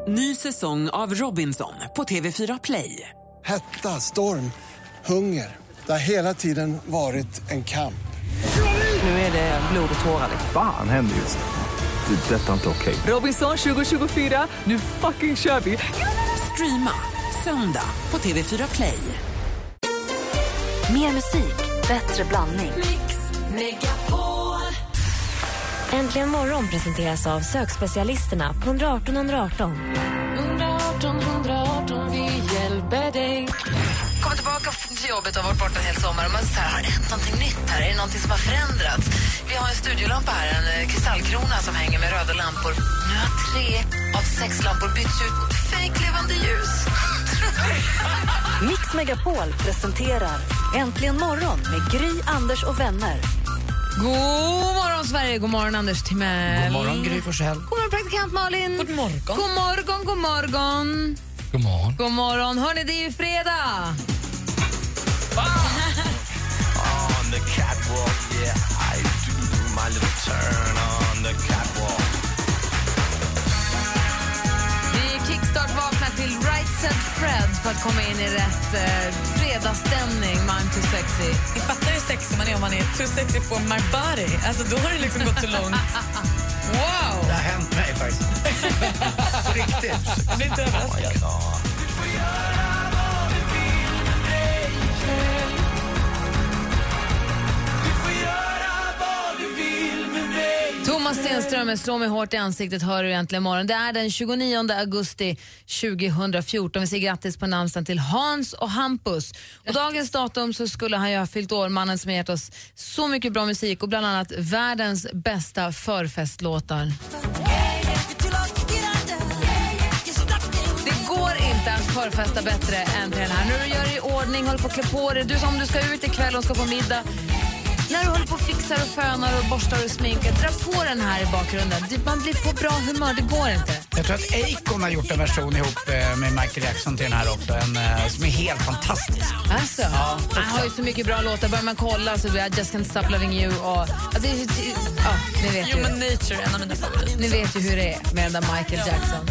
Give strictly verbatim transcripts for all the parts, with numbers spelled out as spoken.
Ny säsong av Robinson på T V fyra Play. Hetta, storm, hunger. Det har hela tiden varit en kamp. Nu är det blod och tårar. Fan händer just det. Det är detta inte okej. Robinson tjugo tjugofyra, nu fucking kör vi. Streama söndag på T V fyra Play. Mer musik, bättre blandning. Mix Megapol. Äntligen morgon presenteras av sökspecialisterna på ett ett åtta ett ett åtta. ett åtta ett åtta, vi hjälper dig. Kommer tillbaka till jobbet och har varit borta en hel sommar och man säger, har det hänt någonting nytt här? Är det någonting som har förändrats? Vi har en studiolampa här, en kristallkrona som hänger med röda lampor. Nu har tre av sex lampor bytts ut mot fejklevande ljus. Mix Megapol presenterar Äntligen morgon med Gry, Anders och vänner. God morgon Sverige, god morgon Anders Timell. God morgon Gry Forssell. God morgon praktikant Malin. God morgon. God morgon, god morgon. God morgon. God morgon, hörni, det är ju fredag. On the catwalk, yeah, I do my little turn on the catwalk. Vi kickstart-vaknar till Right Said Fred för att komma in i rätt eh, fredagsstämning. I'm too sexy. Jag fattar hur sexig man är om man är too sexy for my body. Alltså då har det liksom gått så långt. Wow! Det har hänt mig faktiskt. På riktigt. Jag blir inte överraskad. Thomas Stenström, slå mig hårt i ansiktet, hör du egentligen imorgon. Det är den tjugonionde augusti tjugohundrafjorton. Vi säger grattis på namnsdagen till Hans och Hampus. Och dagens datum så skulle han ju ha fyllt år, mannen som har gett oss så mycket bra musik och bland annat världens bästa förfestlåtar. Det går inte att förfesta bättre än till den här. När du gör i ordning, håller på att klä på dig. Du som du ska ut ikväll och ska på middag. När du håller på och fixar och fönar och borstar och sminkar, dra på den här i bakgrunden. Man blir på bra humör, det går inte. Jag tror att Akon har gjort en version ihop med Michael Jackson till den här också. En som är helt fantastisk. Alltså, ja, han har ju så mycket bra låtar. Börjar man kolla så blir I Just Can't Stop Loving You. Och, alltså, det, ja, ni vet Human ju. Nature, en av mina favoriter. Ni vet ju hur det är med den där Michael Jackson.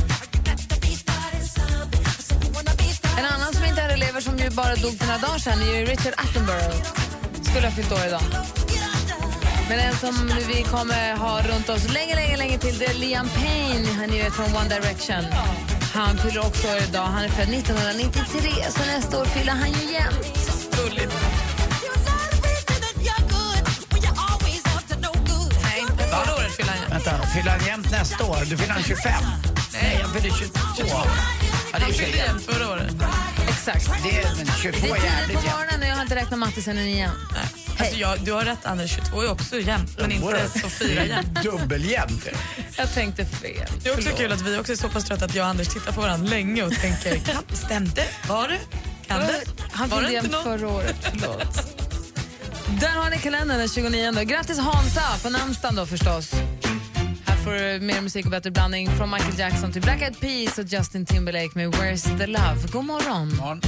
En annan som inte är lever som ju bara dog för några dagar sedan är ju Richard Attenborough. Skulle ha fyllt år idag. Men en som vi kommer ha runt oss länge, länge, länge till, det är Liam Payne. Han är ju från One Direction. Han fyller också år idag. Han är född nittonhundranittiotre, så nästa år fyller han ju jämt. Gulligt. Nej, inte förra året fyller han jämt. Vänta, fyller han jämt nästa år? Du fyller han tjugofem? Nej, jag fyller tjugotvå. Ja, Han fyllde jämt förra året. Exakt. Det är men tjugotvå Det är är tidigt jävligt på morgonen och jag har inte räknat matte sen en igen. Nej. Alltså, jag, du har rätt, Anders. tjugotvå är också jämnt, men inte så fyra jämnt. Dubbeljämnt. Jag tänkte fel. Det är också Förlåt. kul att vi också är så pass trötta att jag och Anders tittar på varandra länge och tänker, kan, stämde? Var det? Kan det? Han Var det fyllde inte jämt någon? förra året, förlåt. Där har ni kalendern den tjugonionde. Grattis Hansa på namnsdagen då förstås. Här får du mer musik och bättre blandning från Michael Jackson till Black Eyed Peas och Justin Timberlake med Where's the Love. God morgon. morgon.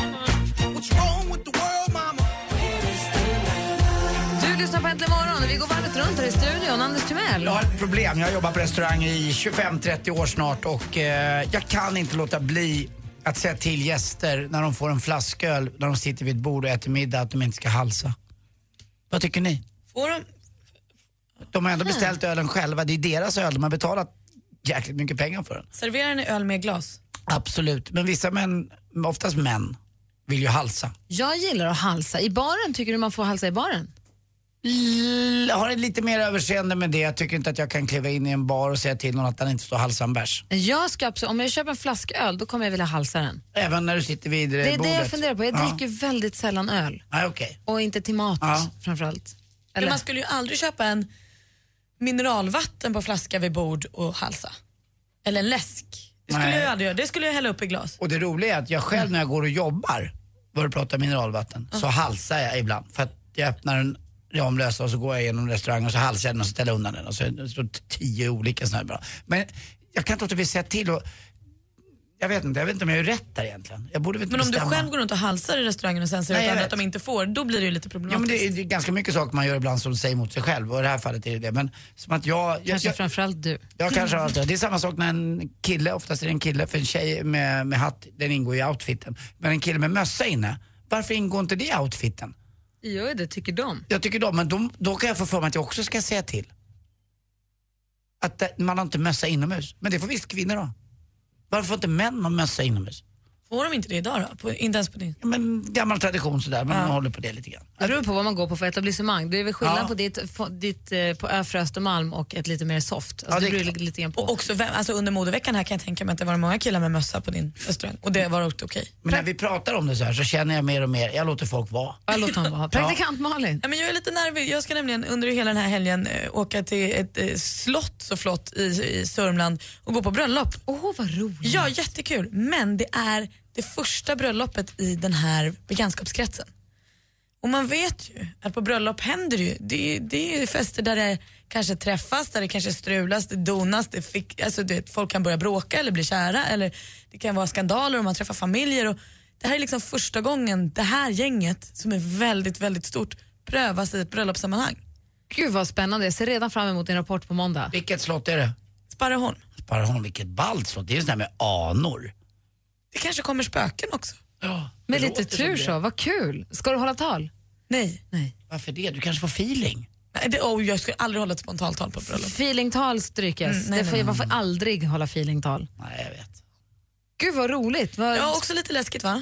Du lyssnar på Äntligen morgon och vi går varvet runt här i studion. Anders Timell. Jag har ett problem. Jag har jobbat på restaurang i tjugofem trettio år snart och eh, jag kan inte låta bli att säga till gäster när de får en flasköl, när de sitter vid ett bord och äter middag, att de inte ska halsa. Vad tycker ni? Får de? De har ändå beställt ölen själva. Det är deras öl. De har betalat jäkligt mycket pengar för den. Serverar ni öl med glas? Absolut. Men vissa män, oftast män, vill ju halsa. Jag gillar att halsa. I baren, tycker du man får halsa i baren? L- har lite mer överseende med det. Jag tycker inte att jag kan kliva in i en bar och säga till någon att han inte står halsa en bärs. Jag ska absolut, om jag köper en flasköl, då kommer jag vilja halsa den. Även när du sitter vid Det bordet. är det jag funderar på. Jag Ja. dricker väldigt sällan öl. Ja, okej. Och inte till mat, Ja. framförallt. Men Eller? man skulle ju aldrig köpa en mineralvatten på flaska vid bord och halsa. Eller en läsk. Det skulle Nej. jag aldrig göra. Det skulle jag hälla upp i glas. Och det roliga är att jag själv när jag går och jobbar, vad du pratar mineralvatten, så halsar jag ibland. För att jag öppnar en Ramlösa och så går jag igenom restaurangen och så halsar jag den och så ställer jag undan den. Och så står det tio olika sådana här bra. Men jag kan inte låta bli säga till och Jag vet inte, jag vet inte om jag är rätt där egentligen. Jag borde väl inte Men om bestämma. du själv går runt och halsar i restaurangen och sen säger Nej, att jag att de inte får, då blir det ju lite Ja, problematiskt. men det är, det är ganska mycket saker man gör ibland som säger mot sig själv. Och i det här fallet är det det. Men som att jag... jag Kanske jag, framförallt du. jag kanske har allt det. Det är samma sak när en kille, oftast är det en kille, för en tjej med, med hatt, den ingår i outfiten. Men en kille med mössa inne, varför ingår inte det i outfiten? Gör det, tycker de. Jag tycker de, men de, då kan jag få för mig att jag också ska säga till. Att det, man har inte mössa inomhus. Men det får visst kvinnor ha. Varför får inte män ha mössa inomhus? Får de inte det idag då? På, inte ens på din? Ja, men gammal tradition sådär, men man håller på det lite grann. Det beror på vad man går på för etablissemang. Det är väl skillnad Ja. på ditt, på, ditt eh, på Öfre Östermalm och ett lite mer soft. Alltså Ja, det det- beror lite, lite grann på. Och också vem, alltså under modeveckan här kan jag tänka mig att det var många killar med mössa på din restaurang. Och det var också okej. Men när vi pratar om det så här så känner jag mer och mer, jag låter folk vara. Jag låter honom vara. Praktikant Malin. Ja, men jag är lite nervös. Jag ska nämligen under hela den här helgen eh, åka till ett eh, slott så flott i, i Sörmland och gå på bröllop. Åh, oh, vad roligt. Ja, jättekul. Men det är det första bröllopet i den här bekantskapskretsen. Och man vet ju att på bröllop händer det ju. Det, det är ju fester där det kanske träffas, där det kanske strulas, det donas, det fick, alltså det, folk kan börja bråka eller bli kära, eller det kan vara skandaler om man träffar familjer. Och det här är liksom första gången det här gänget, som är väldigt, väldigt stort, prövas i ett bröllopssammanhang. Gud vad spännande, jag ser redan fram emot din rapport på måndag. Vilket slott är det? Sparrehorn. Sparrehorn, vilket ballt slott. Det är ju sån där med anor. Det kanske kommer spöken också. Ja, Med det lite låter som tur det. så, vad kul. Ska du hålla tal? Nej. Nej. Varför det? Du kanske får feeling. Nej det, oh, jag skulle aldrig hålla ett spontantal på ett bröllop. Feelingtal strykes. Mm, nej, det får, nej. man får aldrig hålla feelingtal. Nej, jag vet. Gud vad roligt. Vad... Ja, också lite läskigt va?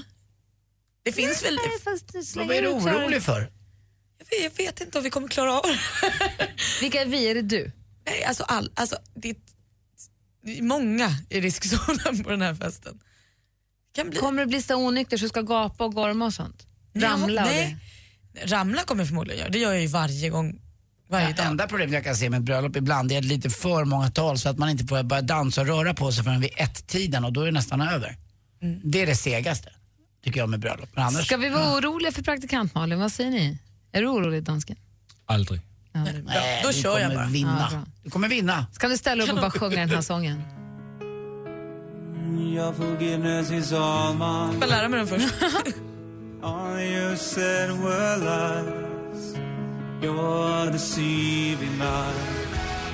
Det finns väl... Nej, fast du slänger Vad är du ut så här- orolig för? Jag vet, jag vet inte om vi kommer klara av det. Vilka är vi? Är det du? Nej, alltså, all, alltså det, är, det är många i riskzonen på den här festen. Kan bli... Kommer det bli så onykter så ska gapa och gorma och sånt? Ramla ja, och nej. Ramla kommer jag förmodligen göra. Det gör jag ju varje gång. Varje Det dag. enda problemet jag kan se med ett bröllop ibland är lite för många tal så att man inte får börja dansa och röra på sig förrän vid ett-tiden och då är det nästan över. Mm. Det är det segaste, tycker jag, med bröllop. Men annars... Ska vi vara oroliga för praktikant Malin? Vad säger ni? Är du orolig, dansken? Aldrig. Ja, det är bra. Nej, Då du kör jag kommer bara. vinna. Ja, bra. Du kommer vinna. Ska du ställa upp och bara sjunga den här sången? Your forgiveness is all mine. Jag får lära mig den först. All you said were lies. You're deceiving us.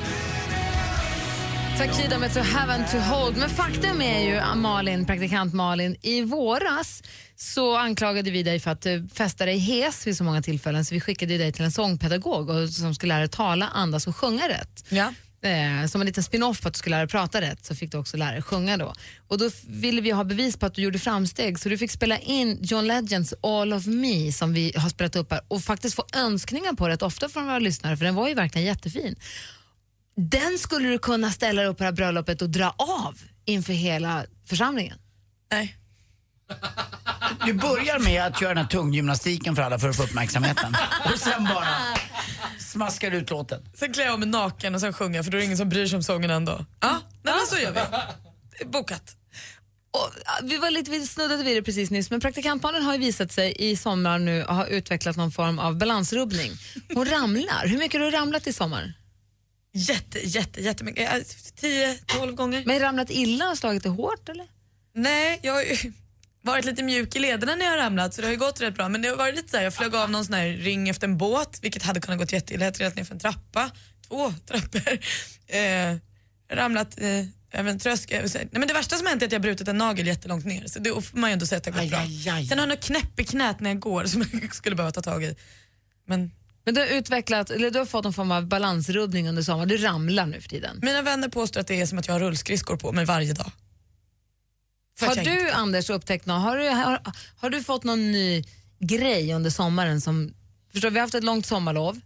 Takida med To Have and To Hold. Men faktum är ju, Malin, praktikant Malin, i våras så anklagade vi dig för att eh, fästa dig hes vid så många tillfällen så vi skickade dig till en sångpedagog och, som skulle lära dig tala, andas och sjunga rätt. Ja. Eh, som en liten spin-off på att du skulle lära dig prata rätt så fick du också lära dig sjunga då. Och då f- ville vi ha bevis på att du gjorde framsteg så du fick spela in John Legends All of Me som vi har spelat upp här och faktiskt få önskningar på rätt ofta från våra lyssnare för den var ju verkligen jättefin. Den skulle du kunna ställa upp på det här bröllopet och dra av inför hela församlingen. Nej. Du börjar med att köra den här tunggymnastiken för alla för att få uppmärksamheten. Och sen bara smaskar ut låten. Sen klär jag mig naken och sen sjunger jag för då är det ingen som bryr sig om sången ändå. Ja, nej, men så gör vi. Det är bokat. Och, ja, vi, var lite, vi snuddade vid det precis nyss, men praktikantbarnen har ju visat sig i sommar nu ha utvecklat någon form av balansrubbning. Hon ramlar. Hur mycket har du ramlat i sommar? Jätte, jätte, jättemycket. tio, tolv gånger. Men ramlat illa och slagit det hårt eller? Nej, jag har ju varit lite mjuk i lederna när jag har ramlat så det har ju gått rätt bra. Men det har varit lite så här, jag flög av någon sån här ring efter en båt vilket hade kunnat gått jätteilla. Jag trillade ner för en trappa, två trappor. Eh, ramlat eh, över en tröskel. Nej, men det värsta som hänt är att jag har brutit en nagel jättelångt ner. Så det får man ju ändå säga att det har gått bra. Aj, aj, aj. Sen har jag något knäpp i knät när jag går som jag skulle behöva ta tag i. Men Men du har utvecklat, eller du har fått en form av balansrubbning under sommaren. Du ramlar nu för tiden. mina vänner påstår att det är som att jag har rullskridskor på mig varje dag. För Har att jag du, inte- Anders, upptäckt något? Har du, har, har du fått någon ny grej under sommaren som... Förstår, vi har haft ett långt sommarlov.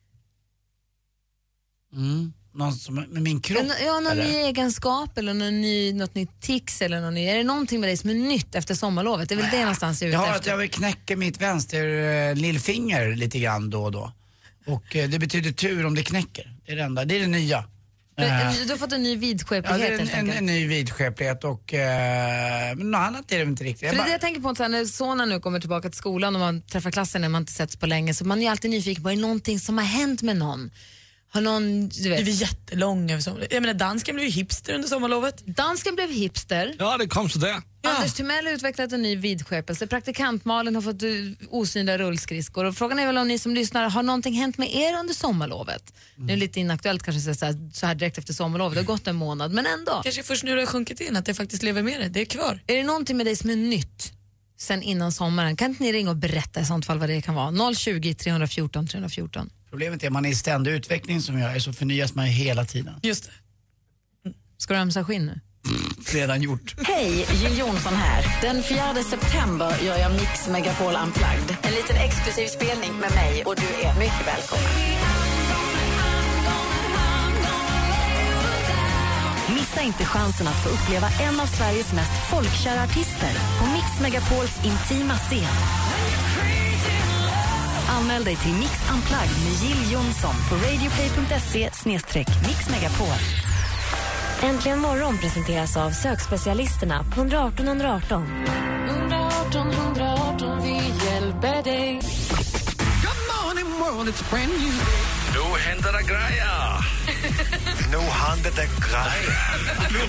Mm. Någon som, med min kropp? En, ja, någon eller? ny egenskap eller någon ny, något nytt tics eller någon ny, är det någonting med dig som är nytt efter sommarlovet? Det är väl det någonstans jag är Jag ute har att efter. jag vill knäcka mitt vänster eh, lillfinger lite grann då och då. Och eh, det betyder tur om det knäcker. Det är det enda. Det är det nya. Du, Eh, du har fått en ny ja, vidskeplighet det är en, helt en, enkelt. en ny vidskeplighet och eh, men något annat är det inte riktigt. Jag För det är bara- det jag tänker på så här, när sonen nu kommer tillbaka till skolan och man träffar klassen när man inte setts på länge så man är ju alltid nyfiken på, är det någonting som har hänt med någon? Har någon, du vet... Det är jättelång över sommaren. Jag menar, dansken blev ju hipster under sommarlovet. Dansken blev hipster. Ja, det kom så där. Ja. Anders Timell har utvecklat en ny vidskepelse. Praktikant Malin har fått uh, osynliga rullskridskor. Och frågan är väl om ni som lyssnar, har någonting hänt med er under sommarlovet? Mm. Det är lite inaktuellt kanske så här, så här direkt efter sommarlovet. Det har gått en månad, men ändå. Kanske först nu det har sjunkit in, att det faktiskt lever med det. Det är kvar. Är det någonting med dig som är nytt sen innan sommaren? Kan inte ni ringa och berätta i sånt fall vad det kan vara? noll tjugo, tre fjorton, tre fjorton. Problemet är att man är i ständig utveckling som jag är, så förnyas man ju hela tiden. Just det. Mm. Ska du ömsa skinn nu? Redan gjort. Hej, Jill Johnson här. Den fjärde september gör jag Mix Megapol Unplugged. En liten exklusiv spelning med mig och du är mycket välkommen. Missa inte chansen att få uppleva en av Sveriges mest folkkära artister på Mix Megapols intima scen. Anmäl dig till Mix Unplugged med Jill Johnson på radioplay punkt se slash mixmegapol. Äntligen morgon presenteras av sökspecialisterna på ett ett åtta ett ett åtta. ett åtta ett ett åtta, vi hjälper dig. Good morning world, it's brand new. Nu händer det grejer. Nu händer det grejer.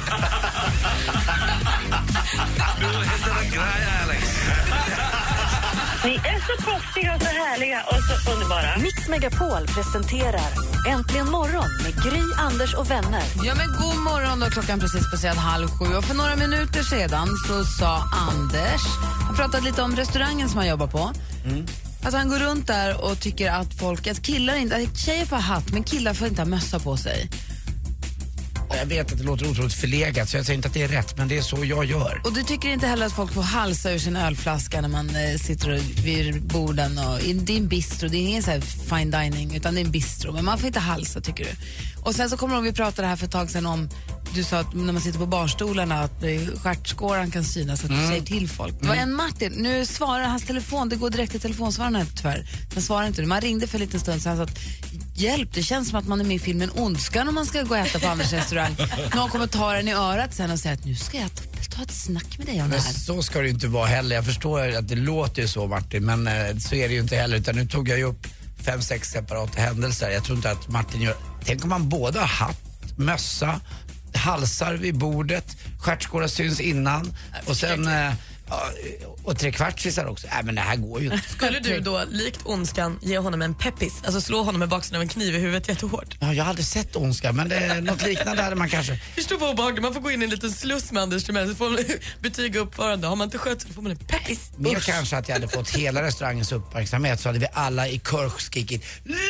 Nu händer det grejer, Alex. Ni är så proffsiga och så härliga och så underbara. Mix Megapol presenterar Äntligen morgon med Gry, Anders och vänner. Ja, men god morgon då, klockan precis passerat halv sju. Och för några minuter sedan så sa Anders, han pratade lite om restaurangen som han jobbar på. Mm. Att han går runt där och tycker att folk, att killar inte, att tjejer får hatt men killar får inte ha mössa på sig. Jag vet att det låter otroligt förlegat, så jag säger inte att det är rätt, men det är så jag gör. Och du tycker inte heller att folk får halsa ur sin ölflaska när man eh, sitter vid borden och i, det är en bistro, det är ingen så här fine dining utan det är en bistro, men man får inte halsa, tycker du. Och sen så kommer vi prata det här för ett tag sedan om, du sa att när man sitter på barstolarna att eh, stjärtskåran kan synas, att du mm. säger till folk. Det var en Martin, nu svarar hans telefon, det går direkt till telefonsvararna tyvärr. Den svarar inte, man ringde för en liten stund så han sa att hjälp, det känns som att man är med i filmen Ondskan om man ska gå och äta på Anders restaurang. Någon kommer ta den i örat sen och säga att nu ska jag ta, ta ett snack med dig om det här. Så ska det ju inte vara heller. Jag förstår att det låter ju så, Martin, men eh, så är det ju inte heller. Utan nu tog jag ju upp fem, sex separata händelser. Jag tror inte att Martin gör... Tänk om man både har hatt, mössa, halsar vid bordet, stjärtskåra syns innan och sen... Eh, Ja, och tre kvartsisar också. Nej, men det här går ju inte. Skulle du då, likt Ondskan, ge honom en peppis? Alltså slå honom med baksidan av en kniv i huvudet jättehårt? Ja, jag hade sett Ondskan, men det är något liknande hade man kanske. Förstå vad obehagligt, man får gå in i en liten sluss med Anders Timell, så får man betyga uppförande. Har man inte skött så får man en peppis. Mer kanske att jag hade fått hela restaurangens uppmärksamhet, så hade vi alla i kör skrikit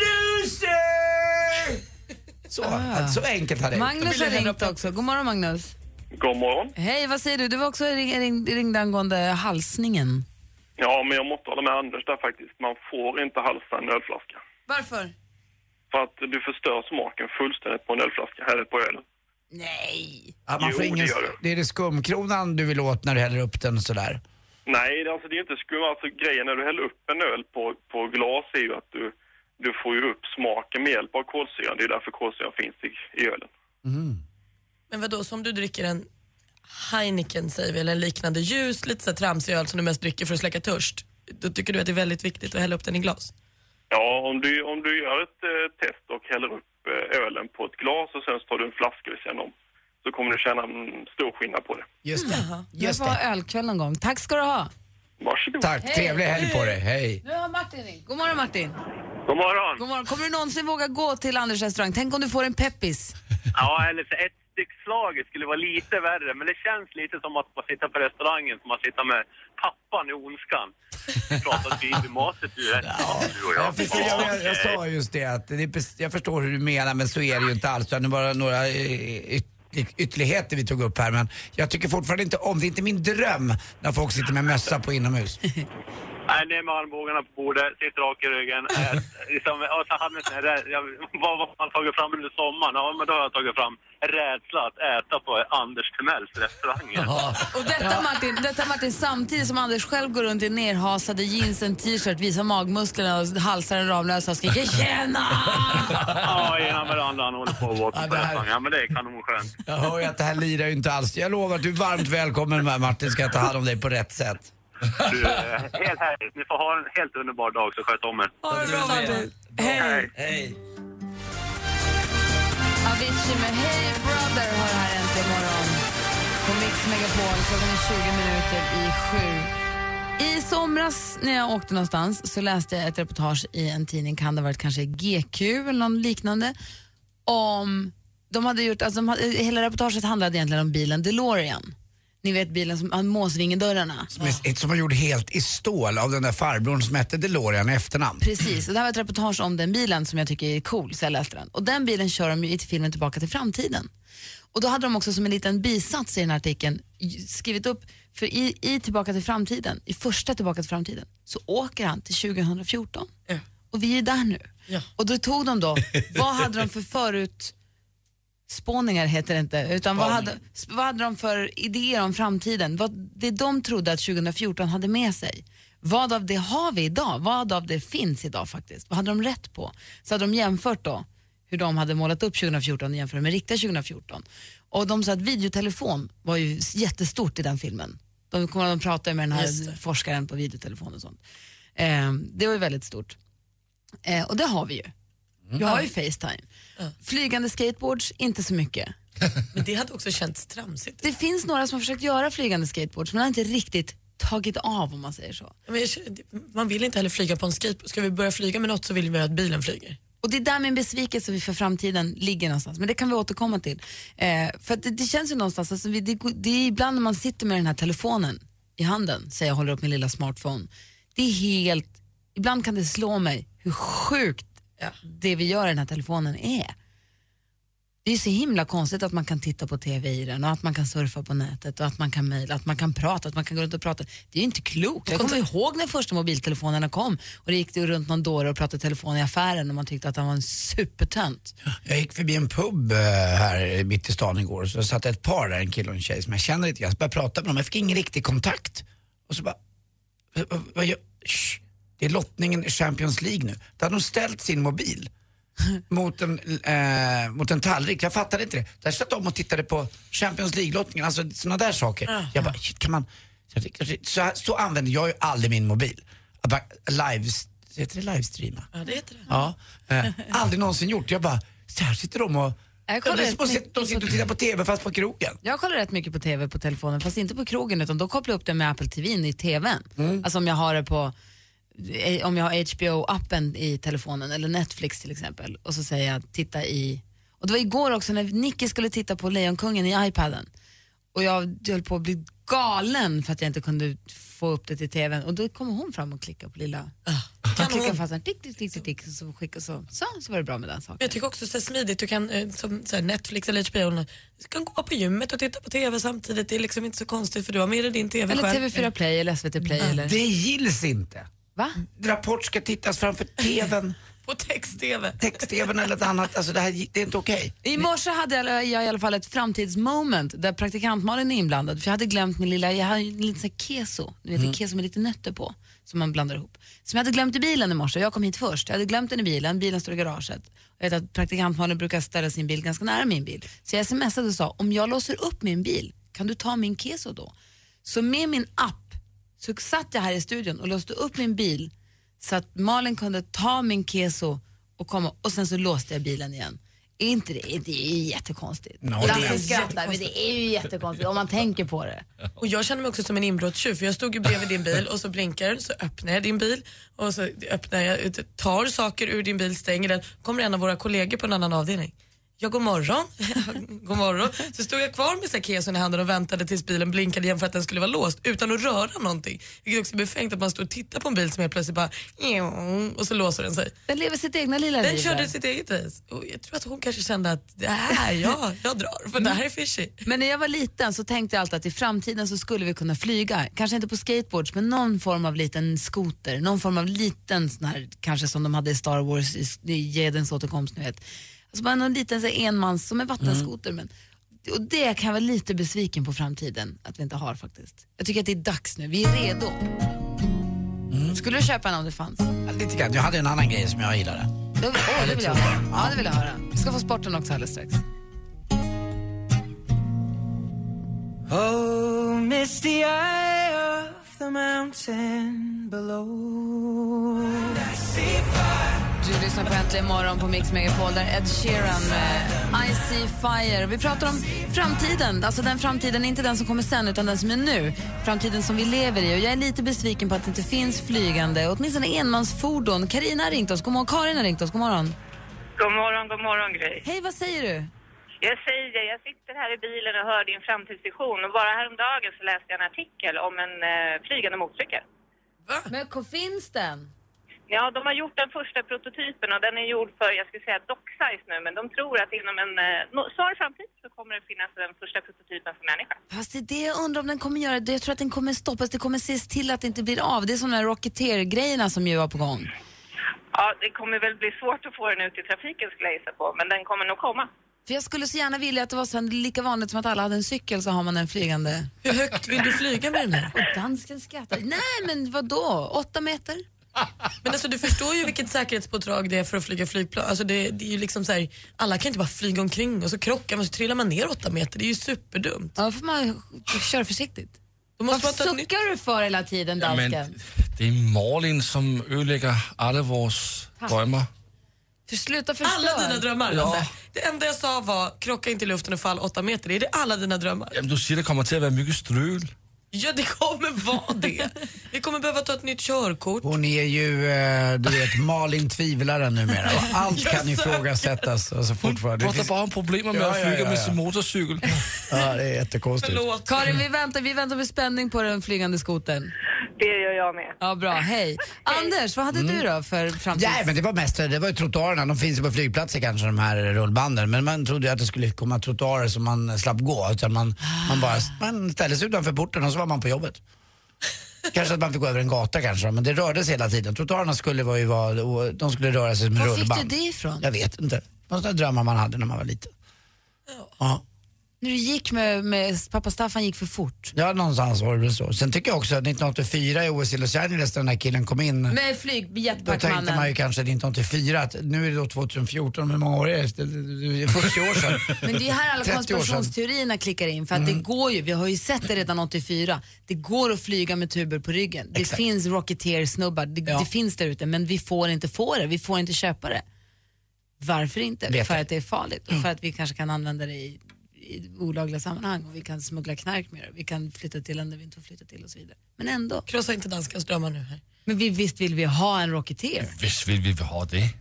Lucy! Så, ah. så enkelt hade det. Magnus har ringt också. God morgon, Magnus. God morgon. Hej, vad säger du? Du var också ring, ring, ringde angående halsningen. Ja, men jag måste hålla med Anders där faktiskt. Man får inte halsa en ölflaska. Varför? För att du förstör smaken fullständigt på en ölflaska här på ölen. Nej. Ja, man får jo, ingen, det, det är det skumkronan du vill åt när du häller upp den och sådär. Nej, det, alltså, det är inte skum. Alltså, grejen när du häller upp en öl på, på glas är ju att du, du får ju upp smaken med hjälp av kolsyran. Det är därför kolsyran finns i, i ölen. Mm. Men vadå, som du dricker en Heineken, säger vi, eller en liknande ljus, lite så tramsig öl som du mest dricker för att släcka törst, då tycker du att det är väldigt viktigt att hälla upp den i glas? Ja, om du, om du gör ett eh, test och häller upp eh, ölen på ett glas och sen så tar du en flaska vid sidan om, så kommer du känna en stor skillnad på det. Just det. Mm. Just det var ölkväll någon gång. Tack ska du ha. Varsågod. Tack, Hej. trevlig helg på dig. Hej. Nu har Martin ringt. God morgon, Martin. God morgon. God morgon. Kommer du någonsin våga gå till Anders restaurang? Tänk om du får en peppis. Ja, eller så ett styckslaget skulle vara lite värre, men det känns lite som att man sitter på restaurangen som man sitter med pappan i Ondskan. Pratar vid matet ju rätt. Ja, jag, förstår, jag, jag, jag sa just det att det, jag förstår hur du menar, men så är det ju inte alls. Det är bara några yt, ytterligheter vi tog upp här, men jag tycker fortfarande inte om, det är inte min dröm när folk sitter med mössa på inomhus. Nej, ner med armbågarna på bordet, sitter rak i ryggen. Äh, liksom, och så hade jag, jag, vad har man tagit fram under sommaren? Ja, men då har jag tagit fram rädsla att äta på Anders Timells restaurang. Ja. Och detta, Martin, detta Martin, samtidigt som Anders själv går runt i nerhasade jeans, en t-shirt, visar magmusklerna och halsar en Ramlösa och skriker tjena! Ja, ena med det andra han håller på att vara på restaurang. Ja, men det är kanonskönt. Jag hör ju att det här lirar ju inte alls. Jag lovar att du är varmt välkommen med Martin, ska jag ta hand om dig på rätt sätt. Du, helt härligt. Ni får ha en helt underbar dag, så sköt om er. Ha det bra, Martin. Hej. Hej. Avicii med Hey Brother har det här äntligen morgon på Mix Megapol. Klockan är tjugo minuter i sju. I somras när jag åkte någonstans så läste jag ett reportage i en tidning, kan det ha varit kanske G Q eller någon liknande, om de hade gjort, alltså de hade, hela reportaget handlade egentligen om bilen DeLorean. Ni vet bilen som har måsvingedörrarna. Som, är, som var gjord helt i stål av den där farbrorn som hette DeLorean i efternamn. Precis, och det här var ett reportage om den bilen som jag tycker är cool, så jag läste den. Och den bilen kör de ju i filmen Tillbaka till framtiden. Och då hade de också som en liten bisats i den här artikeln skrivit upp, för i, i Tillbaka till framtiden, i första Tillbaka till framtiden, så åker han till tjugo fjorton. Ja. Och vi är där nu. Ja. Och då tog de då, vad hade de för förut... spåningar heter det inte, utan vad hade, vad hade de för idéer om framtiden? Vad det de trodde att tjugo fjorton hade med sig. Vad av det har vi idag? Vad av det finns idag faktiskt? Vad hade de rätt på? Så hade de jämfört då hur de hade målat upp tjugo fjorton och jämfört med riktiga tjugo fjorton. Och de sa att videotelefon var ju jättestort i den filmen. De kommer att prata med den här forskaren på videotelefon och sånt. Eh, det var ju väldigt stort. Eh, och det har vi ju. Vi har ju FaceTime. Ja. Flygande skateboards, inte så mycket. Men det hade också känts tramsigt. Det finns några som har försökt göra flygande skateboards, men har inte riktigt tagit av, om man säger så. Men jag, man vill inte heller flyga på en skateboard. Ska vi börja flyga med något så vill vi att bilen flyger. Och det är där min besvikelse för framtiden ligger någonstans. Men det kan vi återkomma till. Eh, för att det, det känns ju någonstans, alltså, det, det är ibland när man sitter med den här telefonen i handen, säger jag håller upp min lilla smartphone. Det är helt, ibland kan det slå mig hur sjukt ja. det vi gör i den här telefonen är. Det är så himla konstigt att man kan titta på tv i den och att man kan surfa på nätet och att man kan mejla, att man kan prata, att man kan gå runt och prata. Det är ju inte klokt. Jag kommer ihåg när första mobiltelefonerna kom och det gick det runt någon dåre och pratade telefon i affären och man tyckte att han var en supertönt. Jag gick förbi en pub här mitt i stan igår och så satt ett par där, en kille och en tjej som jag känner lite grann. Så började prata med dem, jag fick ingen riktig kontakt. Och så bara, vad, vad gör, shh, det är lottningen i Champions League nu. Där hade de ställt sin mobil mot en, eh, mot en tallrik. Jag fattade inte det. Där satt de och tittade på Champions League-lottningen, alltså såna där saker. Uh-huh. Jag bara, shit, kan man... Så, så använder jag ju aldrig min mobil. Jag bara, live... Heter det livestreama? Ja, det heter det. Ja, eh, aldrig någonsin gjort. Jag bara, så här sitter de och... Jag kollar de, rätt de, sitter, de sitter och tittar på tv fast på krogen. Jag kollar rätt mycket på tv på telefonen, fast inte på krogen, utan då kopplar jag upp det med Apple T V i tvn. Mm. Alltså om jag har det på... om jag har H B O-appen i telefonen eller Netflix till exempel, och så säger jag titta i, och det var igår också när Nicky skulle titta på Lejonkungen i iPaden och jag höll på att bli galen för att jag inte kunde få upp det till tvn, och då kommer hon fram och klickar på lilla uh, klickar fast en tick tick tick tick, så skickar så så så var det bra med den saken. Jag tycker också så smidigt, du kan som så här, Netflix eller H B O, du kan gå på gymmet och titta på tv samtidigt, det är liksom inte så konstigt för du har med dig din tv eller själv. T V fyra Play eller S V T Play mm. eller. Det gills inte. Va? Rapport ska tittas framför tvn. På text-tv. Text-tvn eller ett annat, alltså det här det är inte okej. Okay. I morse hade jag, jag i alla fall ett framtidsmoment där praktikant Malin är inblandad, för jag hade glömt min lilla, jag hade en liten sån här keso, du vet mm. en keso med lite nötter på som man blandar ihop. Som jag hade glömt i bilen i morse, jag kom hit först. Jag hade glömt den i bilen, bilen står i garaget. Jag vet att praktikant Malin brukar ställa sin bil ganska nära min bil. Så jag smsade och sa, om jag låser upp min bil, kan du ta min keso då? Så med min app så satt jag här i studion och låste upp min bil så att Malin kunde ta min keso och komma, och sen så låste jag bilen igen. Är inte det? Det är ju jättekonstigt. No, det är skrattar, men det är ju jättekonstigt om man tänker på det. Och jag känner mig också som en inbrottstjuv, för jag stod ju bredvid din bil och så blinkar så öppnar jag din bil och så öppnar jag, tar saker ur din bil, stänger den. Kommer en av våra kollegor på en annan avdelning. Ja, god morgon. God morgon. Så stod jag kvar med keson i handen och väntade tills bilen blinkade igen för att den skulle vara låst utan att röra någonting. Vilket också är befängt att man står och tittar på en bil som helt plötsligt bara och så låser den sig. Den lever sitt egna lilla liv. Den körde sitt eget race. Och jag tror att hon kanske kände att det här, ja, jag drar för det här är fishy. Men när jag var liten så tänkte jag alltid att i framtiden så skulle vi kunna flyga. Kanske inte på skateboards, men någon form av liten skoter. Någon form av liten sån här, kanske som de hade i Star Wars i, i Jedens återkomst, ni vet. Alltså bara någon liten så enmans som är vattenskoter. Mm. Men, och det kan jag vara lite besviken på framtiden att vi inte har faktiskt. Jag tycker att det är dags nu, vi är redo. Mm. Skulle du köpa en om det fanns? Ja, lite grann, jag hade en annan grej som jag gillade. Det, oh, det vill jag höra. Ja, det vill jag höra. Vi ska få sporten också alldeles strax. Oh, misty eye of the mountain below. Du lyssnar på Äntligen morgon på Mix Megapol där Ed Sheeran med I See Fire. Vi pratar om framtiden, alltså den framtiden, inte den som kommer sen utan den som är nu. Framtiden som vi lever i. Och jag är lite besviken på att det inte finns flygande, åtminstone enmansfordon. Carina har ringt oss, god morgon. Karin har ringt oss, god morgon. God morgon, god morgon Gry. Hej, vad säger du? Jag säger det, jag sitter här i bilen och hör din framtidsvision och bara häromdagen så läste jag en artikel om en eh, flygande motorcykel. Va? Men finns den? Ja, de har gjort den första prototypen och den är gjord för, jag skulle säga docksize nu, men de tror att inom en eh, snar framtid så kommer det finnas den första prototypen för människa. Fast det är det jag undrar om den kommer göra. Jag tror att den kommer stoppas, det kommer ses till att det inte blir av. Det är sådana här Rocketeer-grejerna som ju var på gång. Ja, det kommer väl bli svårt att få den ut i trafiken skulle jag gissa på, men den kommer nog komma. För jag skulle så gärna vilja att det var så lika vanligt som att alla hade en cykel så har man en flygande. Hur högt vill du flyga med den här? Och dansken skrattar. Nej, men vad då? Åtta meter? Men alltså du förstår ju vilket säkerhetspådrag det är för att flyga flygplan. Alltså det, det är ju liksom så här, alla kan inte bara flyga omkring och så krockar man så trillar man ner åtta meter. Det är ju superdumt. Ja, får man köra försiktigt. Vad suckar nytt... du för hela tiden, dansken? Ja, men det är Malin som ödelägger alla våra drömmar. För sluta förstör. Alla dina drömmar. Ja. Alltså. Det enda jag sa var krocka inte i luften och fall åtta meter. Är det alla dina drömmar? Ja, men du säger det kommer till att vara mycket strul. Ja, det kommer vara det. Vi kommer behöva ta ett nytt körkort. Hon är ju, eh, du vet, Malin tvivlaren numera. Och allt kan ifrågasättas. Alltså, fortfarande. Hon pratar bara om problemen med ja, att flyga ja, ja, ja. med sin motorcykel. Ja, det är jättekonstigt. Förlåt. Karin, vi väntar, vi väntar med spänning på den flygande skoten. Det gör jag med. Ja, bra. Hej. Anders, vad hade Mm. du då för framtid? Ja, men det var mest, det var ju trottoarerna. De finns ju på flygplatser kanske, de här rullbanden. Men man trodde ju att det skulle komma trottoarer som man slapp gå. Utan man, man bara man ställde sig utanför porten och så var man på jobbet. Kanske att man fick gå över en gata kanske, men det rörde sig hela tiden. Trottoarerna skulle vara ju vara, de skulle röra sig som en rullband. Var fick du det ifrån? Jag vet inte. Någon sån drömmar man hade när man var liten. Ja. Ja. När du gick med, med pappa Staffan gick för fort. Ja, någonstans var det så. Sen tycker jag också att nittonhåttiofyra i O S i Los Angeles, den här killen kom in. Med flygjetpackmannen. Då tänkte man ju kanske nittonhundraåttiofyra att nu är det då tjugohundrafjorton, hur många år är det? Det är fyrtio år sedan. Men det är här alla konspirationsteorierna klickar in. För att mm. det går ju, vi har ju sett det redan åttiofyra. Det går att flyga med tuber på ryggen. Det Exakt. finns Rocketeer-snubbar, det, ja. det finns där ute. Men vi får inte få det, vi får inte köpa det. Varför inte? Vet för jag. Att det är farligt. Och för att vi kanske kan använda det i i olagliga sammanhang och vi kan smuggla knark med det. Vi kan flytta till länder vi inte får flytta till och så vidare. Men ändå. Krossa inte danskans drömmar nu här. Men vi, visst vill vi ha en Rocketeer. Visst vill vi ha det. Yes.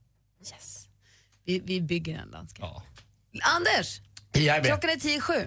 Vi, vi bygger en danska. Ja. Anders! Ja, klockan är tio sju.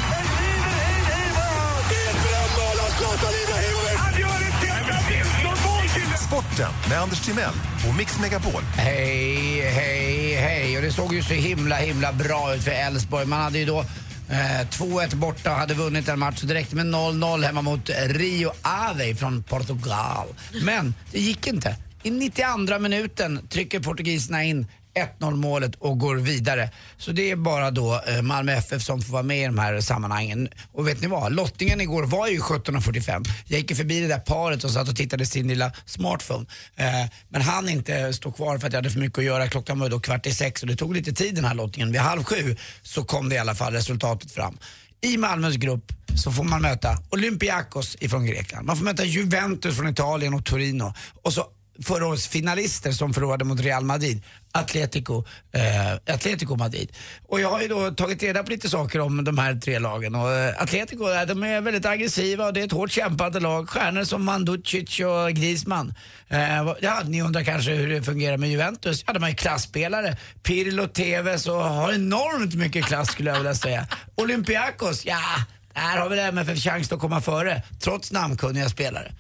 Sporten med Anders Timell och Mix Megapol. Hej, hej, hej. Och det såg ju så himla, himla bra ut för Elfsborg. Man hade ju då eh, två ett borta och hade vunnit en match direkt med noll noll hemma mot Rio Ave från Portugal. Men det gick inte. I nittioandra minuten trycker portugiserna in ett noll målet och går vidare. Så det är bara då eh, Malmö F F som får vara med i de här sammanhangen. Och vet ni vad? Lottningen igår var ju sjutton fyrtiofem. Jag gick förbi det där paret och satt och tittade i sin lilla smartphone. Eh, men han inte stå kvar för att jag hade för mycket att göra. Klockan var då kvart i sex och det tog lite tid den här lottningen. Vid halv sju så kom det i alla fall resultatet fram. I Malmös grupp så får man möta Olympiakos ifrån Grekland. Man får möta Juventus från Italien och Torino. Och så förra årets finalister som förlorade mot Real Madrid, Atletico, eh, Atletico Madrid. Och jag har ju då tagit reda på lite saker om de här tre lagen. Och eh, Atletico, de är väldigt aggressiva och det är ett hårt kämpande lag. Stjärnor som Mandzukic och Griezmann. Eh, ja, ni undrar kanske hur det fungerar med Juventus. Ja, de har ju klassspelare. Pirlo, Tevez och har enormt mycket klass skulle jag vilja säga. Olympiakos, ja, där har vi det med för chans att komma före, trots namnkunniga spelare.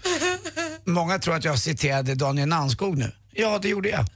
Många tror att jag citerade Daniel Nanskog nu. Ja, det gjorde jag.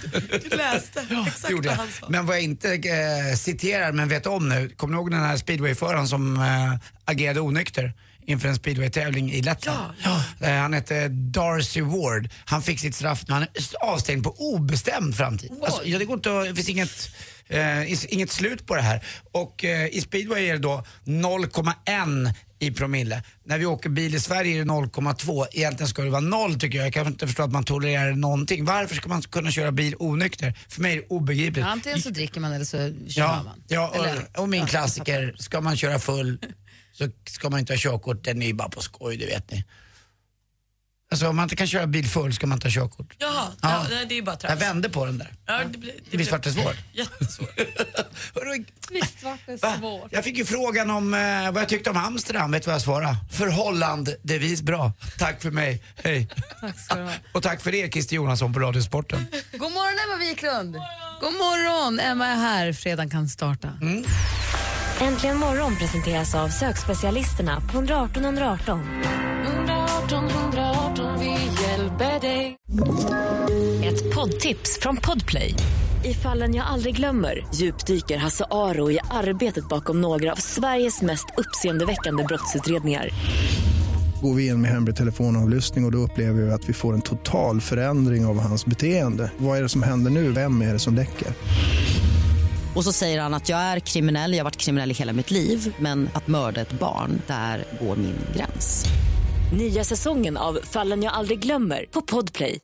Du läste ja, exakt gjorde jag. vad han sa. Men vad jag inte äh, citerar men vet om nu, kommer ni ihåg den här speedwayföraren som äh, agerade onykter inför en speedway-tävling i Lettland? Ja, ja. Äh, han hette Darcy Ward. Han fick sitt straff när han är avstängd på obestämd framtid. Alltså, ja, det går inte, det finns inget... Uh, inget slut på det här. Och uh, i speedway är det då noll komma ett i promille. När vi åker bil i Sverige är det noll komma två. Egentligen ska det vara noll tycker jag. Jag kan inte förstå att man tolererar någonting. Varför ska man kunna köra bil onykter? För mig är det obegripligt. Ja, antingen så dricker man eller så kör ja, man. Ja, eller, och, och min ja, klassiker, ska man köra full så ska man inte ha körkort. Den är ju bara på skoj, det vet ni. Alltså om man inte kan köra bil full ska man ta körkort. Jaha, ja. Ja, det är ju bara trams. Jag vände på den där. Ja, det blir, det Visst var det svårt? Jättesvårt. Visst var det svårt. Jag fick ju frågan om eh, vad jag tyckte om Amsterdam. Vet du vad jag svarade? Förhållande, devis bra. Tack för mig, hej. Tack ska du ha. Och tack för det, Christer Jonasson på Radiosporten. God morgon Emma Wiklund. God morgon, Emma är här. Fredagen kan starta. Mm. Äntligen morgon presenteras av sökspecialisterna på ett ett åtta ett ett åtta. ett åtta ett åtta, vi hjälper dig. Ett poddtips från Podplay. I Fallen jag aldrig glömmer djupdyker Hasse Aro i arbetet bakom några av Sveriges mest uppseendeväckande brottsutredningar. Går vi in med hemlig telefonavlyssning och, och då upplever vi att vi får en total förändring av hans beteende. Vad är det som händer nu? Vem är det som läcker? Och så säger han att jag är kriminell, jag har varit kriminell i hela mitt liv. Men att mörda ett barn, där går min gräns. Nya säsongen av Fallen jag aldrig glömmer på Podplay.